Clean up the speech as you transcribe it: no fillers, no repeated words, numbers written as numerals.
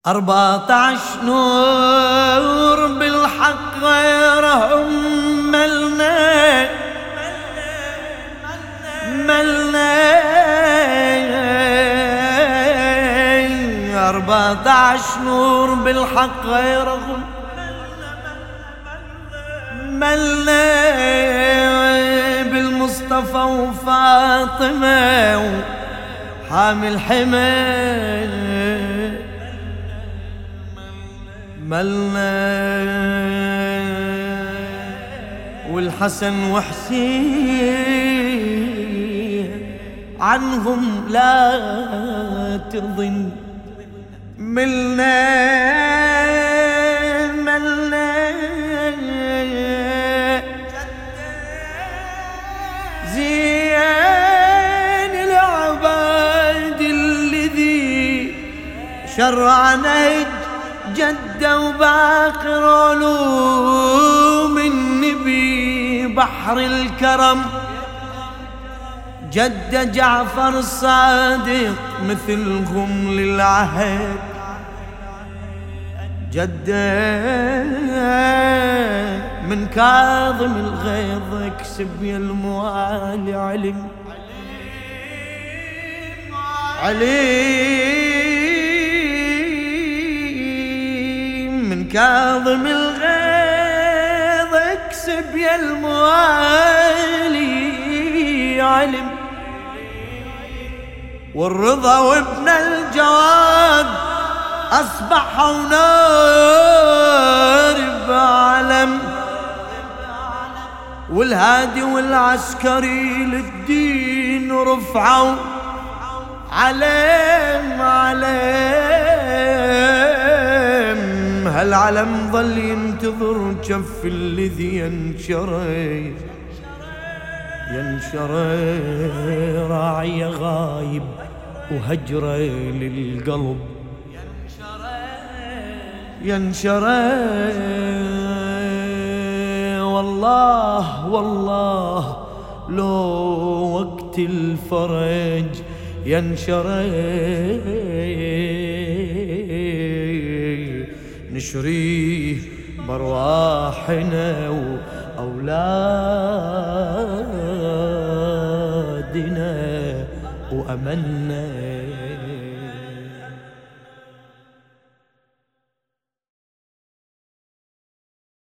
14 نور بالحق غيرهم ملنا 14 نور بالحق غيرهم ملنا بالمصطفى وفاطمة وحامل حمى ملنا والحسن وحسين عنهم لا تظن ملنا زين العباد الذي شرع نهج جدة وباقر علوم النبي بحر الكرم جد جعفر الصادق مثلهم للعهد جد من كاظم الغيظ اكسب يا الموالي علم من كاظم الغيظ اكسب يا الموالي علم والرضا وابن الجواد أصبحوا نار بعلم والهادي والعسكري للدين رفعوا علم هالعلم ظل ينتظر جف الذي ينشري راعي غايب وهجري للقلب ينشري والله لو وقت الفرج ينشري نشريه بارواحنا وأولادنا وأمنا